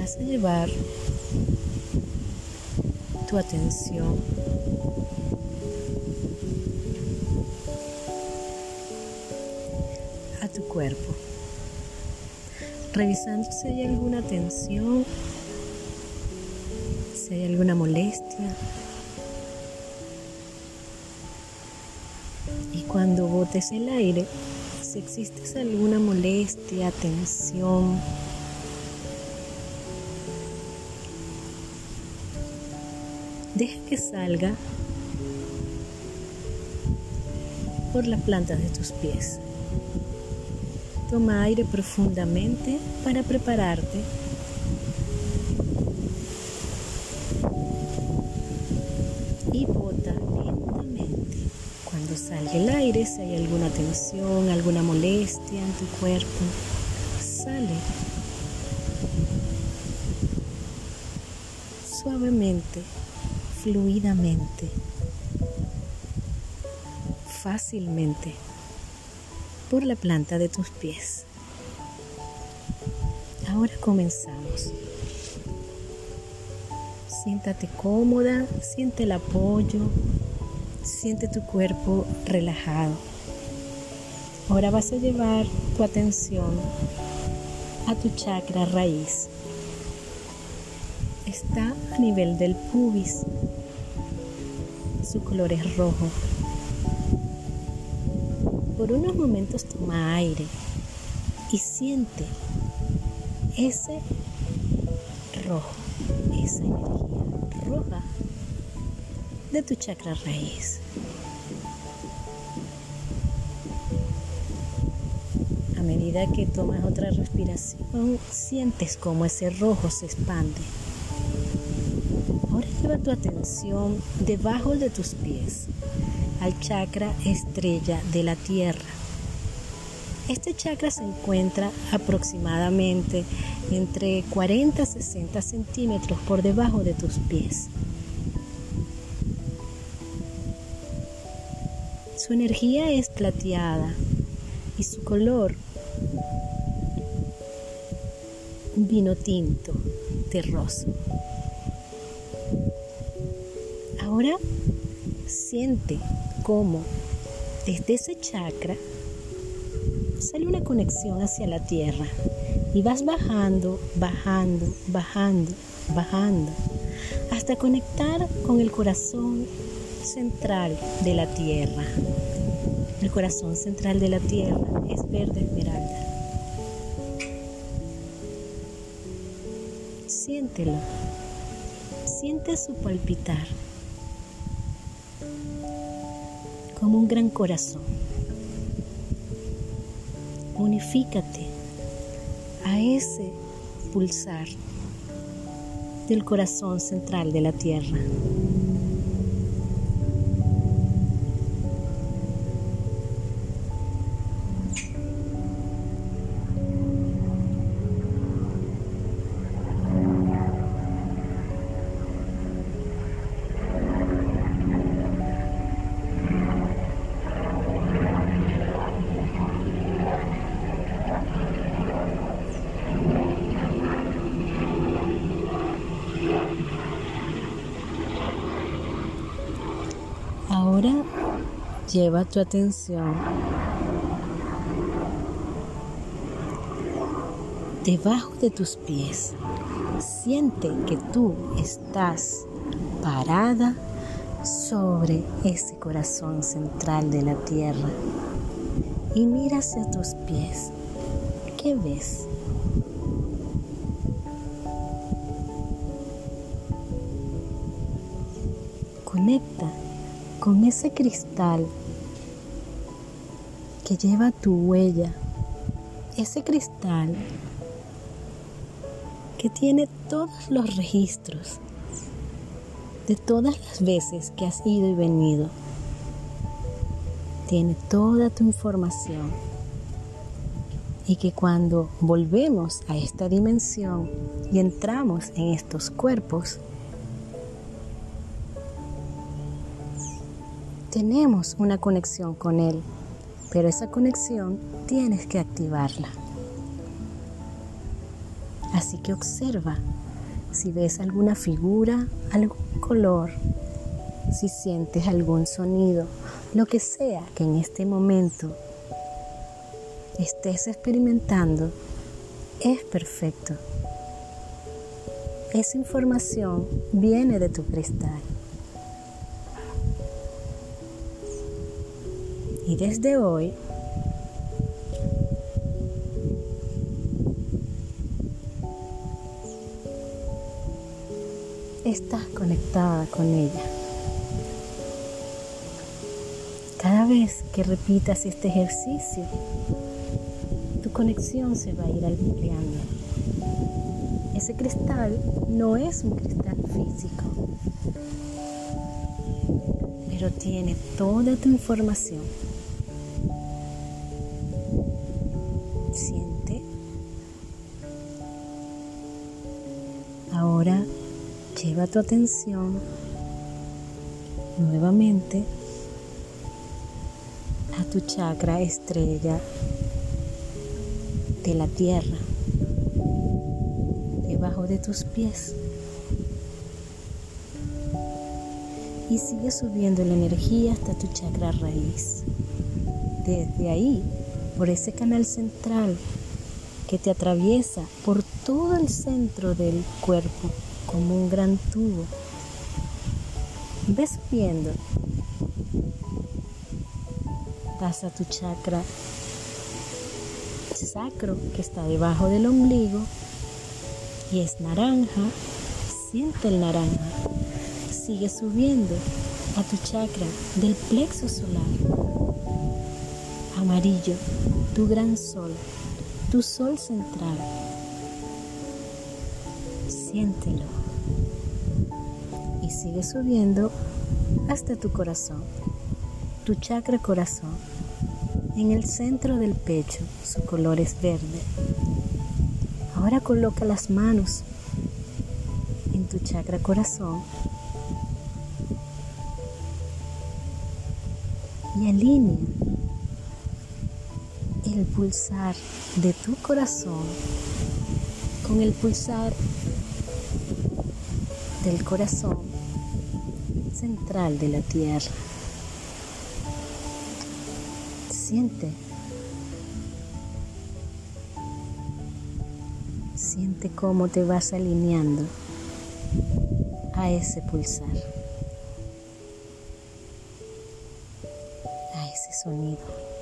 vas a llevar tu atención a tu cuerpo, revisando si hay alguna tensión, si hay alguna molestia. Y cuando botes el aire, si existe alguna molestia, tensión, deja que salga por las plantas de tus pies. Toma aire profundamente para prepararte. Y bota lentamente. Cuando salga el aire, si hay alguna tensión, alguna molestia en tu cuerpo, sale suavemente, fluidamente, fácilmente por la planta de tus pies. Ahora comenzamos. Siéntate cómoda, siente el apoyo, siente tu cuerpo relajado. Ahora vas a llevar tu atención a tu chakra raíz. Está a nivel del pubis. Su color es rojo. Por unos momentos toma aire y siente ese rojo, esa energía roja de tu chakra raíz. A medida que tomas otra respiración, sientes cómo ese rojo se expande. Ahora lleva tu atención debajo de tus pies al chakra estrella de la tierra. Este chakra se encuentra aproximadamente entre 40 a 60 centímetros por debajo de tus pies. Su energía es plateada y su color un vino tinto, terroso. Ahora siente cómo desde ese chakra sale una conexión hacia la tierra y vas bajando, bajando, bajando, bajando hasta conectar con el corazón central de la tierra. El corazón central de la tierra es verde esmeralda. Siéntelo, siente su palpitar como un gran corazón. Unifícate a ese pulsar del corazón central de la tierra. Ahora lleva tu atención debajo de tus pies. Siente que tú estás parada sobre ese corazón central de la tierra y mira hacia tus pies. ¿Qué ves? Conecta con ese cristal que lleva tu huella, ese cristal que tiene todos los registros de todas las veces que has ido y venido. Tiene toda tu información y que cuando volvemos a esta dimensión y entramos en estos cuerpos, tenemos una conexión con Él, pero esa conexión tienes que activarla. Así que observa si ves alguna figura, algún color, si sientes algún sonido, lo que sea que en este momento estés experimentando, es perfecto. Esa información viene de tu cristal. Y desde hoy, estás conectada con ella. Cada vez que repitas este ejercicio, tu conexión se va a ir ampliando. Ese cristal no es un cristal físico, pero tiene toda tu información. Siente. Ahora lleva tu atención nuevamente a tu chakra estrella de la tierra, debajo de tus pies, y sigue subiendo la energía hasta tu chakra raíz. Desde ahí, por ese canal central que te atraviesa por todo el centro del cuerpo como un gran tubo, ves subiendo, vas a tu chakra sacro que está debajo del ombligo y es naranja. Siente el naranja. Sigue subiendo a tu chakra del plexo solar, amarillo, tu gran sol, tu sol central. Siéntelo. Y sigue subiendo hasta tu corazón, tu chakra corazón. En el centro del pecho, su color es verde. Ahora coloca las manos en tu chakra corazón y alinea el pulsar de tu corazón con el pulsar del corazón central de la tierra. Siente cómo te vas alineando a ese pulsar, a ese sonido.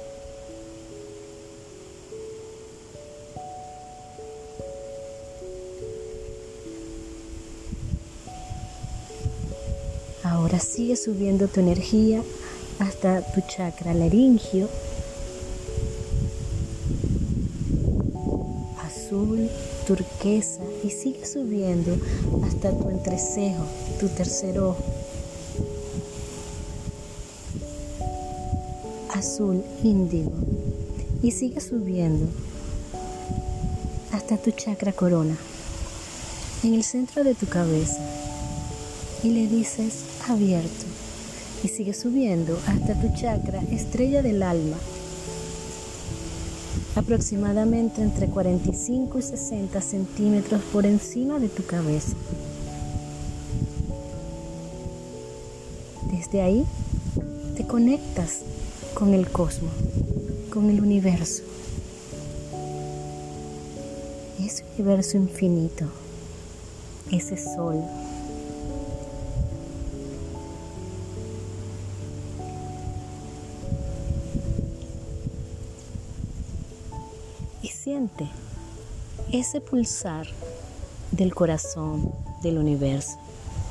Ahora sigue subiendo tu energía hasta tu chakra laringio, azul, turquesa, y sigue subiendo hasta tu entrecejo, tu tercer ojo, azul índigo, y sigue subiendo hasta tu chakra corona, en el centro de tu cabeza, y le dices abierto, y sigue subiendo hasta tu chakra estrella del alma, aproximadamente entre 45 y 60 centímetros por encima de tu cabeza. Desde ahí te conectas con el cosmos, con el universo, ese universo infinito, ese sol. Y siente ese pulsar del corazón del universo.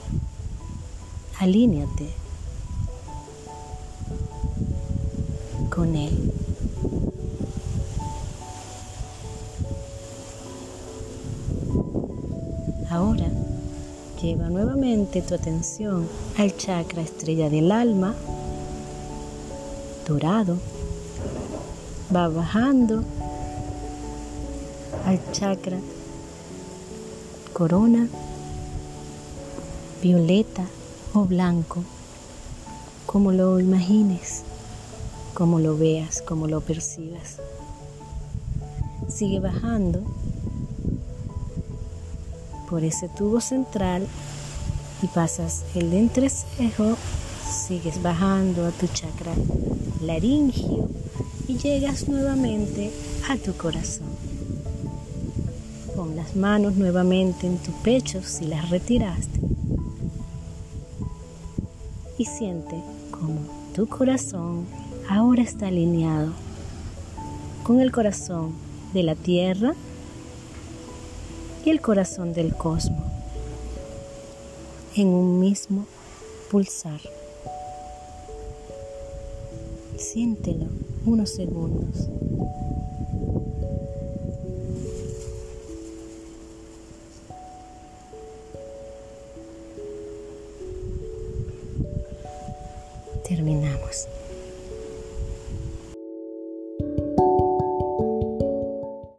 Alíneate con él. Ahora lleva nuevamente tu atención al chakra estrella del alma, dorado. Va bajando al chakra corona, violeta o blanco, como lo imagines, como lo veas, como lo percibas. Sigue bajando por ese tubo central y pasas el de entrecejo, sigues bajando a tu chakra laringio y llegas nuevamente a tu corazón. Pon las manos nuevamente en tu pecho si las retiraste y siente cómo tu corazón ahora está alineado con el corazón de la tierra y el corazón del cosmos en un mismo pulsar. Siéntelo unos segundos. Terminamos.